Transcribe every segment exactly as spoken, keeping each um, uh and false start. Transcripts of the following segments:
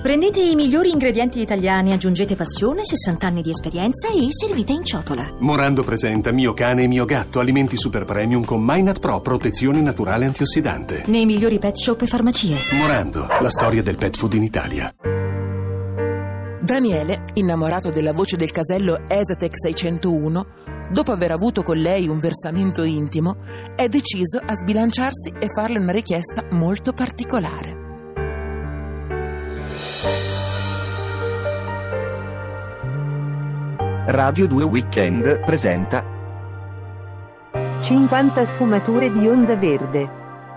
Prendete i migliori ingredienti italiani, aggiungete passione, sessanta anni di esperienza e servite in ciotola. Morando presenta Mio cane e mio gatto, alimenti super premium con Mynat Pro, protezione naturale antiossidante. Nei migliori pet shop e farmacie. Morando, la storia del pet food in Italia. Daniele, innamorato della voce del casello Esatec seicentouno, dopo aver avuto con lei un versamento intimo, è deciso a sbilanciarsi e farle una richiesta molto particolare. Radio due Weekend presenta cinquanta sfumature di Onda Verde.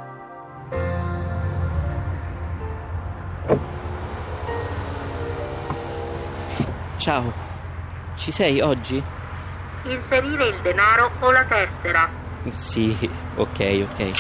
Ciao, ci sei oggi? Inserire il denaro o la tessera. Sì, ok, ok.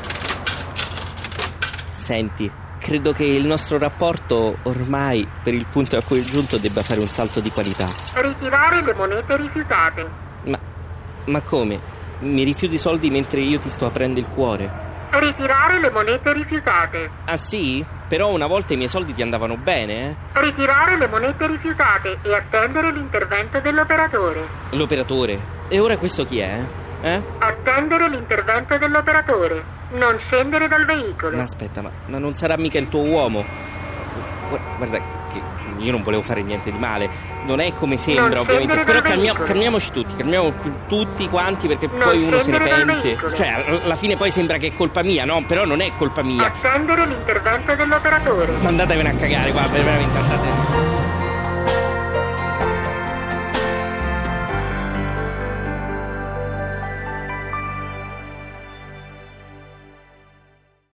Senti, credo che il nostro rapporto ormai, per il punto a cui è giunto, debba fare un salto di qualità. Ritirare le monete rifiutate. Ma, ma come? Mi rifiuti i soldi mentre io ti sto aprendo il cuore? Ritirare le monete rifiutate. Ah sì? Però una volta i miei soldi ti andavano bene, eh? Ritirare le monete rifiutate e attendere l'intervento dell'operatore. L'operatore? E ora questo chi è? Eh? Attendere l'intervento dell'operatore. Non scendere dal veicolo. Ma aspetta, ma, ma non sarà mica il tuo uomo? Guarda, che io non volevo fare niente di male. Non è come sembra, ovviamente. Però calmia, calmiamoci tutti, calmiamo tutti quanti, perché non poi uno se ne pente. veicolo. Cioè, alla fine poi sembra che è colpa mia, no? Però non è colpa mia. Attendere l'intervento dell'operatore. Ma andatevene a cagare, guarda, veramente andate.